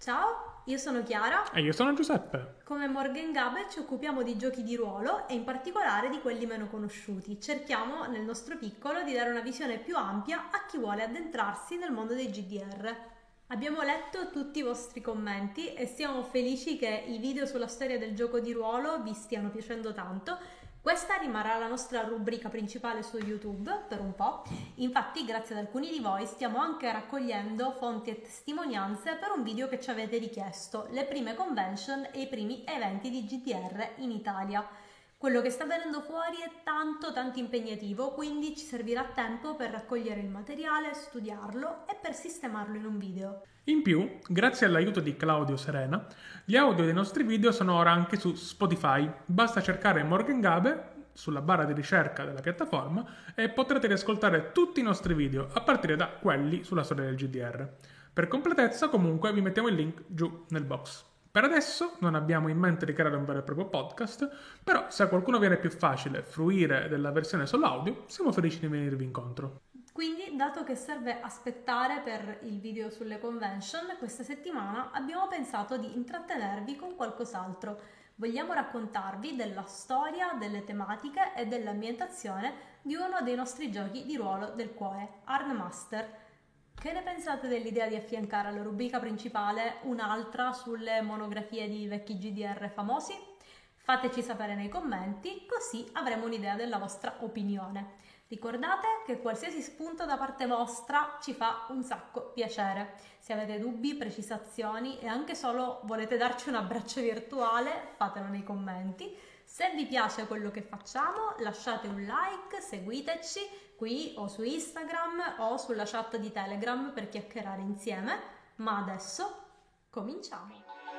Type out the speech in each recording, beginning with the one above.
Ciao, io sono Chiara. E io sono Giuseppe. Come Morgan Gabe ci occupiamo di giochi di ruolo e in particolare di quelli meno conosciuti. Cerchiamo nel nostro piccolo di dare una visione più ampia a chi vuole addentrarsi nel mondo dei GDR. Abbiamo letto tutti i vostri commenti e siamo felici che i video sulla storia del gioco di ruolo vi stiano piacendo tanto. Questa rimarrà la nostra rubrica principale su YouTube per un po'. Infatti, grazie ad alcuni di voi, stiamo anche raccogliendo fonti e testimonianze per un video che ci avete richiesto, le prime convention e i primi eventi di GDR in Italia. Quello che sta venendo fuori è tanto impegnativo, quindi ci servirà tempo per raccogliere il materiale, studiarlo e per sistemarlo in un video. In più, grazie all'aiuto di Claudio Serena, gli audio dei nostri video sono ora anche su Spotify. Basta cercare Morgan Gabe sulla barra di ricerca della piattaforma e potrete riascoltare tutti i nostri video, a partire da quelli sulla storia del GDR. Per completezza, comunque, vi mettiamo il link giù nel box. Per adesso non abbiamo in mente di creare un vero e proprio podcast, però se a qualcuno viene più facile fruire della versione solo audio, siamo felici di venirvi incontro. Quindi, dato che serve aspettare per il video sulle convention, questa settimana abbiamo pensato di intrattenervi con qualcos'altro. Vogliamo raccontarvi della storia, delle tematiche e dell'ambientazione di uno dei nostri giochi di ruolo del cuore, Arn Master. Che ne pensate dell'idea di affiancare alla rubrica principale un'altra sulle monografie di vecchi GDR famosi? Fateci sapere nei commenti, così avremo un'idea della vostra opinione. Ricordate che qualsiasi spunto da parte vostra ci fa un sacco piacere. Se avete dubbi, precisazioni e anche solo volete darci un abbraccio virtuale, fatelo nei commenti. Se vi piace quello che facciamo, lasciate un like, seguiteci qui o su Instagram o sulla chat di Telegram per chiacchierare insieme. Ma adesso cominciamo!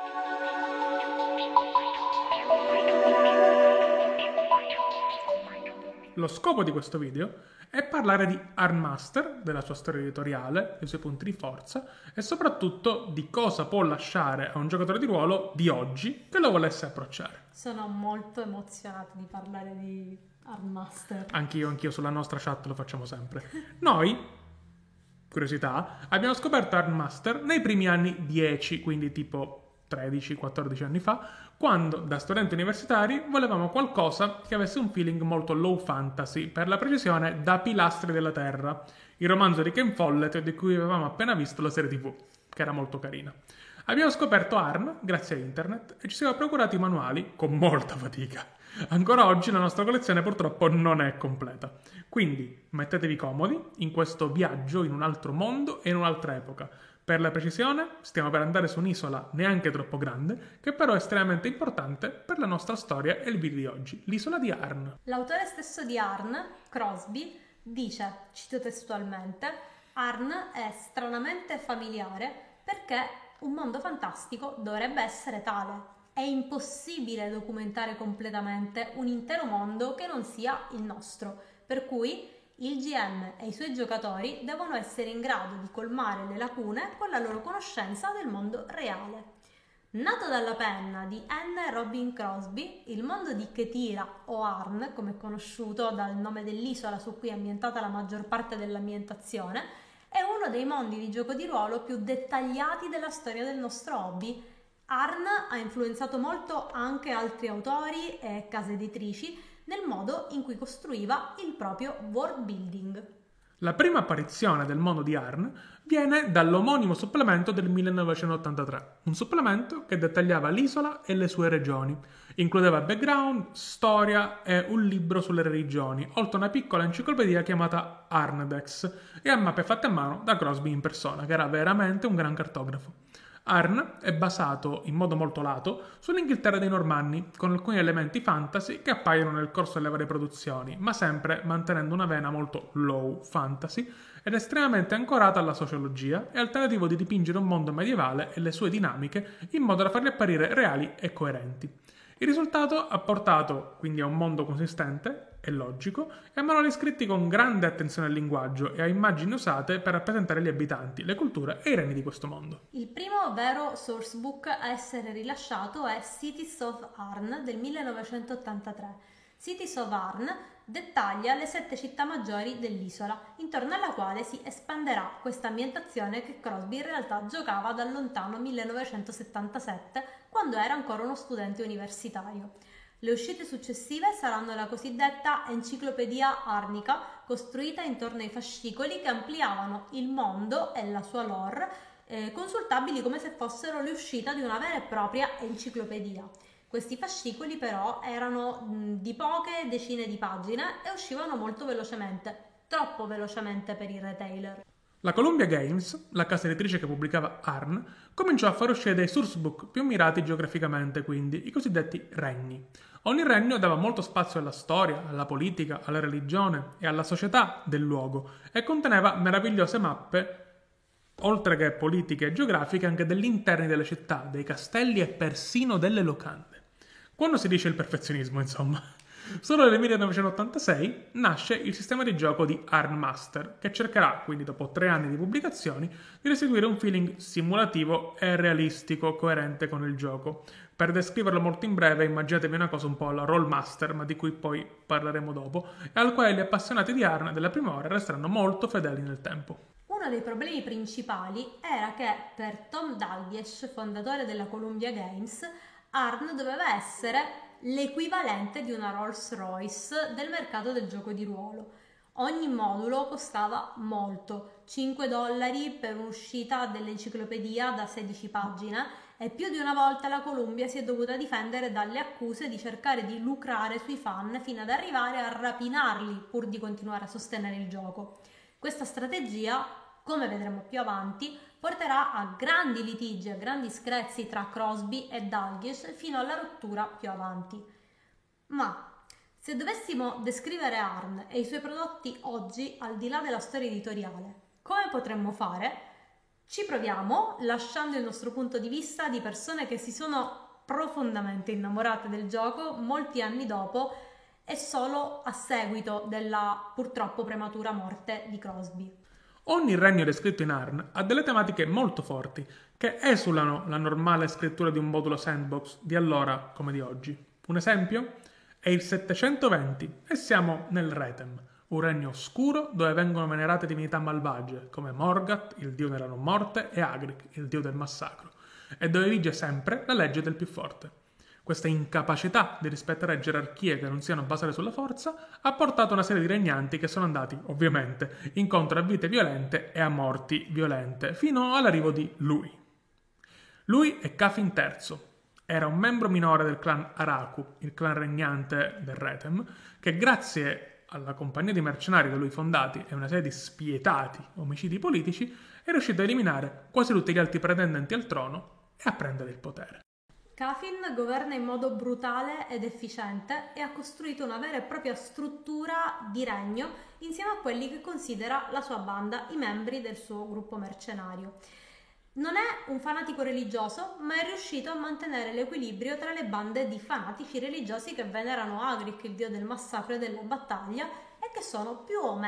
Lo scopo di questo video è parlare di Arn Master, della sua storia editoriale, dei suoi punti di forza e soprattutto di cosa può lasciare a un giocatore di ruolo di oggi che lo volesse approcciare. Sono molto emozionata di parlare di Arn Master. Anch'io, sulla nostra chat lo facciamo sempre. Noi, curiosità, abbiamo scoperto Arn Master nei primi anni 10, quindi tipo 13-14 anni fa, quando da studenti universitari volevamo qualcosa che avesse un feeling molto low fantasy, per la precisione da Pilastri della Terra, il romanzo di Ken Follett di cui avevamo appena visto la serie TV, che era molto carina. Abbiamo scoperto Arn grazie a internet e ci siamo procurati i manuali con molta fatica. Ancora oggi la nostra collezione purtroppo non è completa. Quindi mettetevi comodi in questo viaggio in un altro mondo e in un'altra epoca. Per la precisione, stiamo per andare su un'isola neanche troppo grande, che però è estremamente importante per la nostra storia e il video di oggi, l'isola di Arn. L'autore stesso di Arn, Crosby, dice, cito testualmente, Arn è stranamente familiare perché un mondo fantastico dovrebbe essere tale. È impossibile documentare completamente un intero mondo che non sia il nostro, per cui il GM e i suoi giocatori devono essere in grado di colmare le lacune con la loro conoscenza del mondo reale. Nato dalla penna di N. Robin Crosby, il mondo di Ketira o Arn, come è conosciuto dal nome dell'isola su cui è ambientata la maggior parte dell'ambientazione, è uno dei mondi di gioco di ruolo più dettagliati della storia del nostro hobby. Arn ha influenzato molto anche altri autori e case editrici nel modo in cui costruiva il proprio world building. La prima apparizione del mondo di Arn viene dall'omonimo supplemento del 1983, un supplemento che dettagliava l'isola e le sue regioni. Includeva background, storia e un libro sulle religioni, oltre a una piccola enciclopedia chiamata Arnedex e a mappe fatte a mano da Crosby in persona, che era veramente un gran cartografo. Arn è basato, in modo molto lato, sull'Inghilterra dei Normanni, con alcuni elementi fantasy che appaiono nel corso delle varie produzioni, ma sempre mantenendo una vena molto low fantasy ed estremamente ancorata alla sociologia e al tentativo di dipingere un mondo medievale e le sue dinamiche in modo da farli apparire reali e coerenti. Il risultato ha portato quindi a un mondo consistente e logico e a manuali scritti con grande attenzione al linguaggio e a immagini usate per rappresentare gli abitanti, le culture e i regni di questo mondo. Il primo vero sourcebook a essere rilasciato è Cities of Arn del 1983. Cities of Arn dettaglia le 7 città maggiori dell'isola, intorno alla quale si espanderà questa ambientazione che Crosby in realtà giocava dal lontano 1977, quando era ancora uno studente universitario. Le uscite successive saranno la cosiddetta Enciclopedia Arnica, costruita intorno ai fascicoli che ampliavano il mondo e la sua lore, consultabili come se fossero le uscite di una vera e propria enciclopedia. Questi fascicoli però erano di poche decine di pagine e uscivano molto velocemente, troppo velocemente per i retailer. La Columbia Games, la casa editrice che pubblicava Arn, cominciò a far uscire dei sourcebook più mirati geograficamente, quindi i cosiddetti regni. Ogni regno dava molto spazio alla storia, alla politica, alla religione e alla società del luogo e conteneva meravigliose mappe, oltre che politiche e geografiche, anche degli interni delle città, dei castelli e persino delle locande. Quando si dice il perfezionismo, insomma. Solo nel 1986 nasce il sistema di gioco di Arn Master, che cercherà, quindi dopo 3 anni di pubblicazioni, di restituire un feeling simulativo e realistico coerente con il gioco. Per descriverlo molto in breve, immaginatevi una cosa un po' alla Rollmaster, ma di cui poi parleremo dopo, e al quale gli appassionati di Arn della prima ora resteranno molto fedeli nel tempo. Uno dei problemi principali era che per Tom Dalglish, fondatore della Columbia Games, Arn doveva essere l'equivalente di una Rolls-Royce del mercato del gioco di ruolo. Ogni modulo costava molto, $5 per un'uscita dell'enciclopedia da 16 pagine, e più di una volta la Columbia si è dovuta difendere dalle accuse di cercare di lucrare sui fan fino ad arrivare a rapinarli pur di continuare a sostenere il gioco. Questa strategia, come vedremo più avanti, porterà a grandi litigi, a grandi screzi tra Crosby e Dalglish fino alla rottura più avanti. Ma se dovessimo descrivere Arn e i suoi prodotti oggi al di là della storia editoriale, come potremmo fare? Ci proviamo lasciando il nostro punto di vista di persone che si sono profondamente innamorate del gioco molti anni dopo e solo a seguito della purtroppo prematura morte di Crosby. Ogni regno descritto in Arn ha delle tematiche molto forti, che esulano la normale scrittura di un modulo sandbox di allora come di oggi. Un esempio? È il 720 e siamo nel Rethem, un regno oscuro dove vengono venerate divinità malvagie come Morgat, il dio della non morte, e Agric, il dio del massacro, e dove vige sempre la legge del più forte. Questa incapacità di rispettare gerarchie che non siano basate sulla forza ha portato una serie di regnanti che sono andati, ovviamente, incontro a vite violente e a morti violente, fino all'arrivo di lui. Lui è Cafin III. Era un membro minore del clan Araku, il clan regnante del Rethem, che grazie alla compagnia di mercenari da lui fondati e una serie di spietati omicidi politici è riuscito a eliminare quasi tutti gli altri pretendenti al trono e a prendere il potere. Cafin governa in modo brutale ed efficiente e ha costruito una vera e propria struttura di regno insieme a quelli che considera la sua banda, i membri del suo gruppo mercenario. Non è un fanatico religioso, ma è riuscito a mantenere l'equilibrio tra le bande di fanatici religiosi che venerano Agric, il dio del massacro e della battaglia, e che sono più o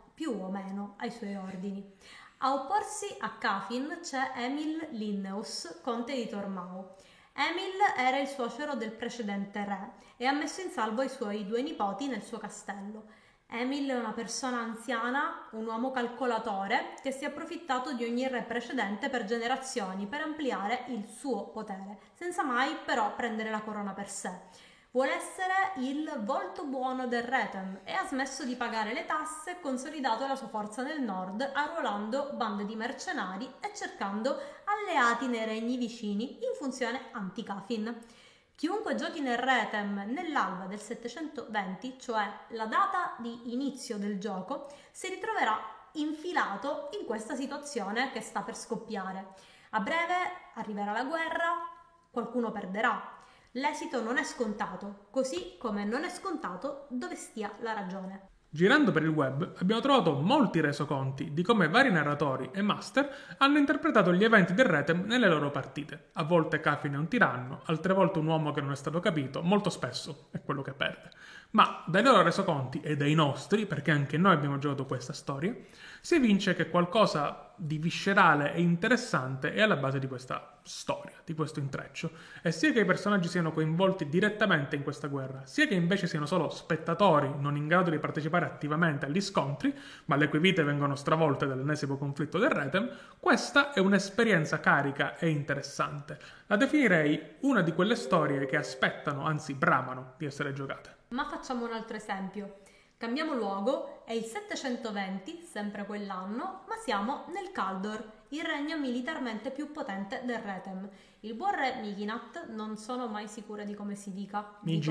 meno ai suoi ordini. A opporsi a Cafin c'è Emil Linneus, conte di Tormao. Emil era il suocero del precedente re e ha messo in salvo i suoi 2 nipoti nel suo castello. Emil è una persona anziana, un uomo calcolatore che si è approfittato di ogni re precedente per generazioni per ampliare il suo potere, senza mai però prendere la corona per sé. Vuole essere il volto buono del Rethem e ha smesso di pagare le tasse e consolidato la sua forza nel nord, arruolando bande di mercenari e cercando alleati nei regni vicini in funzione anti-Cafin. Chiunque giochi nel Rethem nell'alba del 720, cioè la data di inizio del gioco, si ritroverà infilato in questa situazione che sta per scoppiare. A breve arriverà la guerra, qualcuno perderà. L'esito non è scontato, così come non è scontato dove stia la ragione. Girando per il web abbiamo trovato molti resoconti di come vari narratori e master hanno interpretato gli eventi del Rethem nelle loro partite. A volte Cafin è un tiranno, altre volte un uomo che non è stato capito, molto spesso è quello che perde. ma dai loro resoconti e dai nostri, perché anche noi abbiamo giocato questa storia, si evince che qualcosa di viscerale e interessante è alla base di questa storia, di questo intreccio, e sia che i personaggi siano coinvolti direttamente in questa guerra, sia che invece siano solo spettatori non in grado di partecipare attivamente agli scontri, ma le cui vite vengono stravolte dall'ennesimo conflitto del Rethem, questa è un'esperienza carica e interessante. La definirei una di quelle storie che aspettano, anzi bramano, di essere giocate. Ma facciamo un altro esempio. Cambiamo luogo, è il 720, sempre quell'anno, ma siamo nel Kaldor, il regno militarmente più potente del Rethem. Il buon re Miginat, non sono mai sicura di come si dica,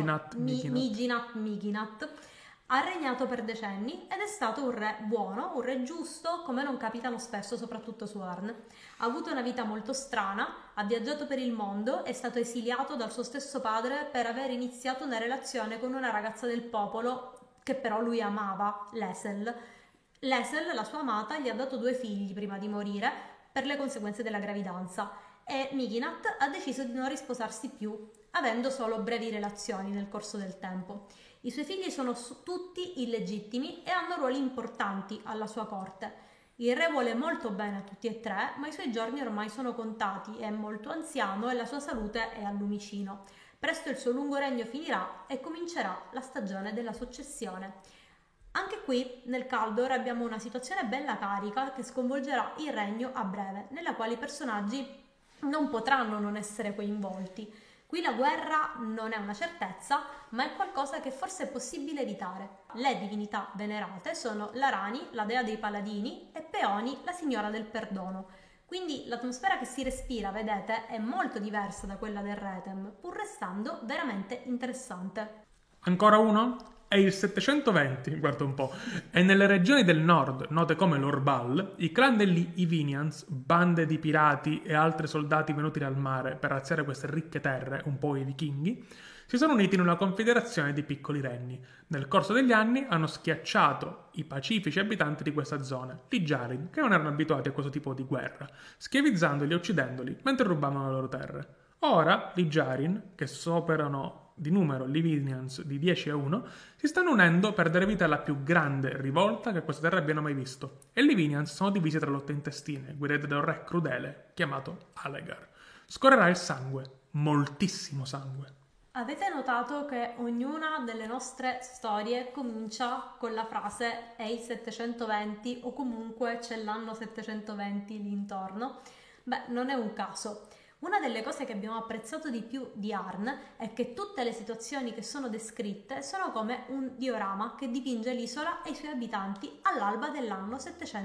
Miginat, ha regnato per decenni ed è stato un re buono, un re giusto, come non capitano spesso, soprattutto su Arn. Ha avuto una vita molto strana, ha viaggiato per il mondo, è stato esiliato dal suo stesso padre per aver iniziato una relazione con una ragazza del popolo che però lui amava, Lesel. Lesel, la sua amata, gli ha dato 2 figli prima di morire per le conseguenze della gravidanza e Miginat ha deciso di non risposarsi più, avendo solo brevi relazioni nel corso del tempo. I suoi figli sono tutti illegittimi e hanno ruoli importanti alla sua corte. Il re vuole molto bene a tutti e 3, ma i suoi giorni ormai sono contati, è molto anziano e la sua salute è al lumicino. Presto il suo lungo regno finirà e comincerà la stagione della successione. Anche qui nel Kaldor abbiamo una situazione bella carica che sconvolgerà il regno a breve, nella quale i personaggi non potranno non essere coinvolti. Qui la guerra non è una certezza, ma è qualcosa che forse è possibile evitare. Le divinità venerate sono Larani, la dea dei paladini, e Peoni, la signora del perdono. Quindi l'atmosfera che si respira, vedete, è molto diversa da quella del Rethem, pur restando veramente interessante. Ancora uno? È il 720, guarda un po', e nelle regioni del nord, note come l'Orbal, i clan degli Ivinians, bande di pirati e altri soldati venuti dal mare per razziare queste ricche terre, un po' i vichinghi, si sono uniti in una confederazione di piccoli regni. Nel corso degli anni hanno schiacciato i pacifici abitanti di questa zona, i Jarin, che non erano abituati a questo tipo di guerra, schiavizzandoli e uccidendoli mentre rubavano le loro terre. Ora, i Jarin, che superano di numero gli Ivinians di 10-1, si stanno unendo per dare vita alla più grande rivolta che queste terre abbiano mai visto, e gli Ivinians sono divisi tra lotte intestine, guidate da un re crudele chiamato Allegar. Scorrerà il sangue, moltissimo sangue. Avete notato che ognuna delle nostre storie comincia con la frase è il 720 o comunque c'è l'anno 720 lì intorno? Beh, non è un caso. Una delle cose che abbiamo apprezzato di più di Arn è che tutte le situazioni che sono descritte sono come un diorama che dipinge l'isola e i suoi abitanti all'alba dell'anno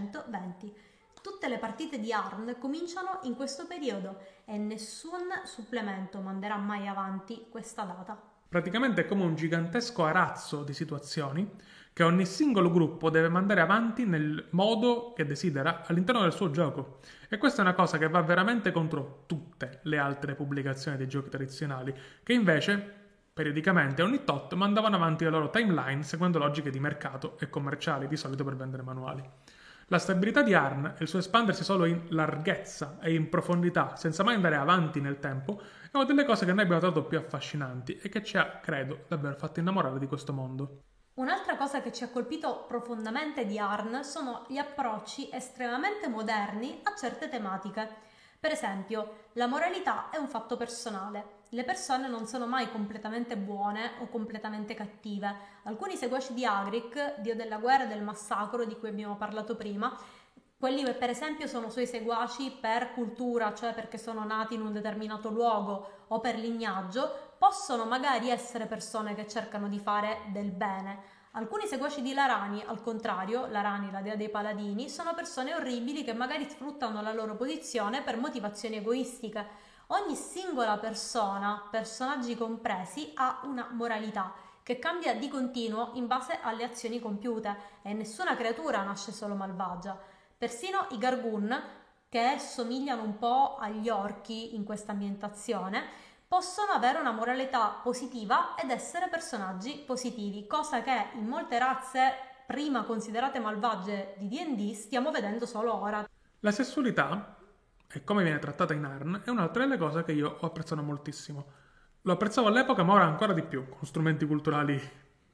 720. Tutte le partite di Arn cominciano in questo periodo e nessun supplemento manderà mai avanti questa data. Praticamente è come un gigantesco arazzo di situazioni che ogni singolo gruppo deve mandare avanti nel modo che desidera all'interno del suo gioco. E questa è una cosa che va veramente contro tutte le altre pubblicazioni dei giochi tradizionali, che invece periodicamente ogni tot mandavano avanti le loro timeline seguendo logiche di mercato e commerciali, di solito per vendere manuali. La stabilità di Arn e il suo espandersi solo in larghezza e in profondità, senza mai andare avanti nel tempo, è una delle cose che noi abbiamo trovato più affascinanti e che ci ha, credo, davvero fatto innamorare di questo mondo. Un'altra cosa che ci ha colpito profondamente di Arn sono gli approcci estremamente moderni a certe tematiche. Per esempio, la moralità è un fatto personale. Le persone non sono mai completamente buone o completamente cattive. Alcuni seguaci di Agric, dio della guerra e del massacro di cui abbiamo parlato prima, quelli che per esempio sono suoi seguaci per cultura, cioè perché sono nati in un determinato luogo o per lignaggio, possono magari essere persone che cercano di fare del bene. Alcuni seguaci di Larani, al contrario, Larani, la dea dei paladini, sono persone orribili che magari sfruttano la loro posizione per motivazioni egoistiche. Ogni singola persona, personaggi compresi, ha una moralità che cambia di continuo in base alle azioni compiute e nessuna creatura nasce solo malvagia. Persino i Gargun, che somigliano un po' agli orchi in questa ambientazione, possono avere una moralità positiva ed essere personaggi positivi, cosa che in molte razze prima considerate malvagie di D&D stiamo vedendo solo ora. La sessualità, e come viene trattata in Arn, è un'altra delle cose che io ho apprezzato moltissimo. Lo apprezzavo all'epoca, ma ora ancora di più, con strumenti culturali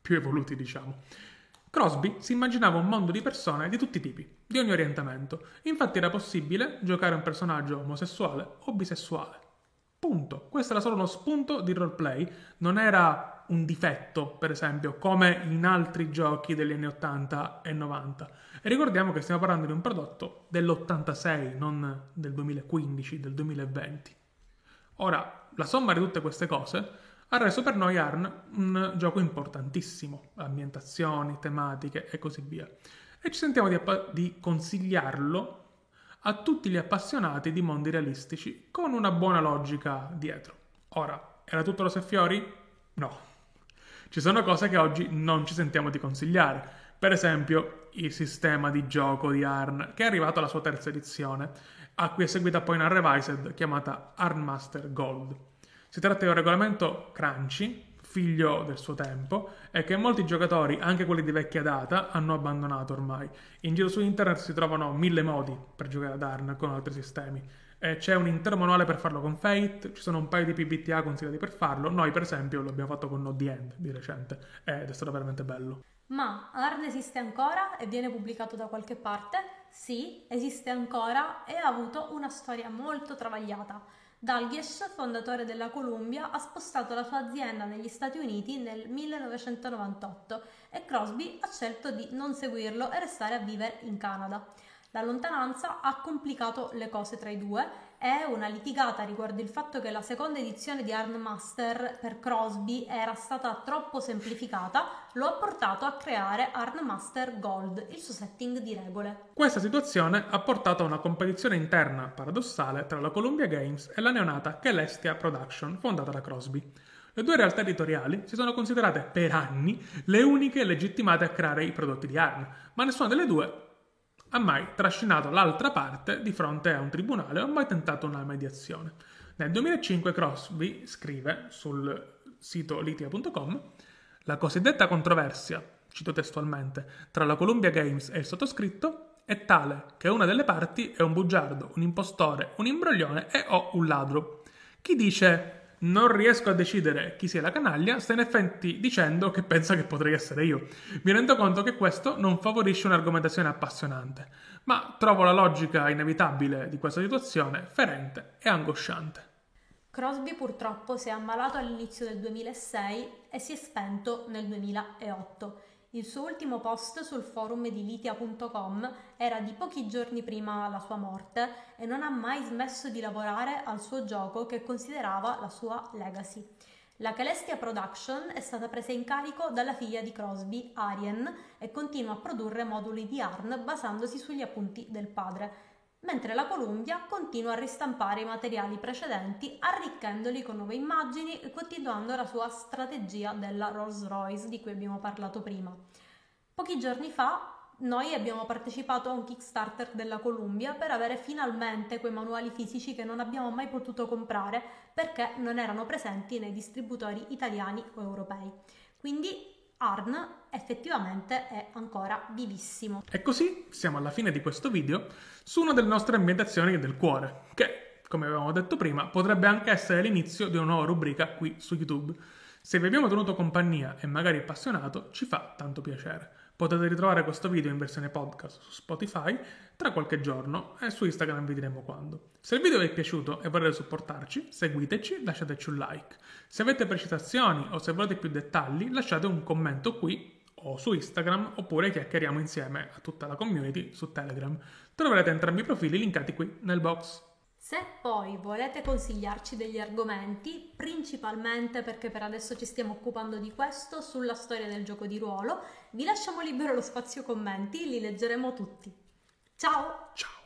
più evoluti, diciamo. Crosby si immaginava un mondo di persone di tutti i tipi, di ogni orientamento. Infatti era possibile giocare un personaggio omosessuale o bisessuale. Punto. Questo era solo uno spunto di roleplay, non era un difetto, per esempio, come in altri giochi degli anni 80 e 90. E ricordiamo che stiamo parlando di un prodotto dell'86, non del 2015, del 2020. Ora, la somma di tutte queste cose ha reso per noi Arn un gioco importantissimo, ambientazioni, tematiche e così via. E ci sentiamo di consigliarlo a tutti gli appassionati di mondi realistici con una buona logica dietro. Ora, era tutto rose e fiori? No. Ci sono cose che oggi non ci sentiamo di consigliare. Per esempio, il sistema di gioco di Arn, che è arrivato alla sua terza edizione, a cui è seguita poi una revised chiamata Arn Master Gold. Si tratta di un regolamento crunchy, figlio del suo tempo, e che molti giocatori, anche quelli di vecchia data, hanno abbandonato ormai. In giro su internet si trovano 1000 modi per giocare ad Arn con altri sistemi. C'è un intero manuale per farlo con Fate, ci sono un paio di PBTA consigliati per farlo. Noi, per esempio, lo abbiamo fatto con No The End di recente ed è stato veramente bello. Ma Arn esiste ancora e viene pubblicato da qualche parte? Sì, esiste ancora e ha avuto una storia molto travagliata. Dalgiesh, fondatore della Columbia, ha spostato la sua azienda negli Stati Uniti nel 1998 e Crosby ha scelto di non seguirlo e restare a vivere in Canada. La lontananza ha complicato le cose tra i due e una litigata riguardo il fatto che la seconda edizione di Arn Master per Crosby era stata troppo semplificata lo ha portato a creare Arn Master Gold, il suo setting di regole. Questa situazione ha portato a una competizione interna paradossale tra la Columbia Games e la neonata Celestia Production, fondata da Crosby. Le due realtà editoriali si sono considerate per anni le uniche legittimate a creare i prodotti di Arn, ma nessuna delle due ha mai trascinato l'altra parte di fronte a un tribunale o ha mai tentato una mediazione. Nel 2005 Crosby scrive sul sito litia.com: la cosiddetta controversia, cito testualmente, tra la Columbia Games e il sottoscritto è tale che una delle parti è un bugiardo, un impostore, un imbroglione e o un ladro. Chi dice non riesco a decidere chi sia la canaglia sta in effetti dicendo che pensa che potrei essere io. Mi rendo conto che questo non favorisce un'argomentazione appassionante, ma trovo la logica inevitabile di questa situazione ferente e angosciante. Crosby purtroppo si è ammalato all'inizio del 2006 e si è spento nel 2008. Il suo ultimo post sul forum di litia.com era di pochi giorni prima la sua morte e non ha mai smesso di lavorare al suo gioco che considerava la sua legacy. La Celestia Production è stata presa in carico dalla figlia di Crosby, Arjen, e continua a produrre moduli di Arn basandosi sugli appunti del padre, mentre la Columbia continua a ristampare i materiali precedenti arricchendoli con nuove immagini e continuando la sua strategia della Rolls-Royce di cui abbiamo parlato prima. Pochi giorni fa noi abbiamo partecipato a un Kickstarter della Columbia per avere finalmente quei manuali fisici che non abbiamo mai potuto comprare perché non erano presenti nei distributori italiani o europei. Quindi Arn effettivamente è ancora vivissimo. E così siamo alla fine di questo video su una delle nostre ambientazioni del cuore, che, come avevamo detto prima, potrebbe anche essere l'inizio di una nuova rubrica qui su YouTube. Se vi abbiamo tenuto compagnia e magari appassionato, ci fa tanto piacere. Potete ritrovare questo video in versione podcast su Spotify tra qualche giorno e su Instagram vi diremo quando. Se il video vi è piaciuto e volete supportarci, seguiteci, lasciateci un like. Se avete precisazioni o se volete più dettagli, lasciate un commento qui o su Instagram oppure chiacchieriamo insieme a tutta la community su Telegram. Troverete entrambi i profili linkati qui nel box. Se poi volete consigliarci degli argomenti, principalmente perché per adesso ci stiamo occupando di questo, sulla storia del gioco di ruolo, vi lasciamo libero lo spazio commenti, li leggeremo tutti. Ciao! Ciao!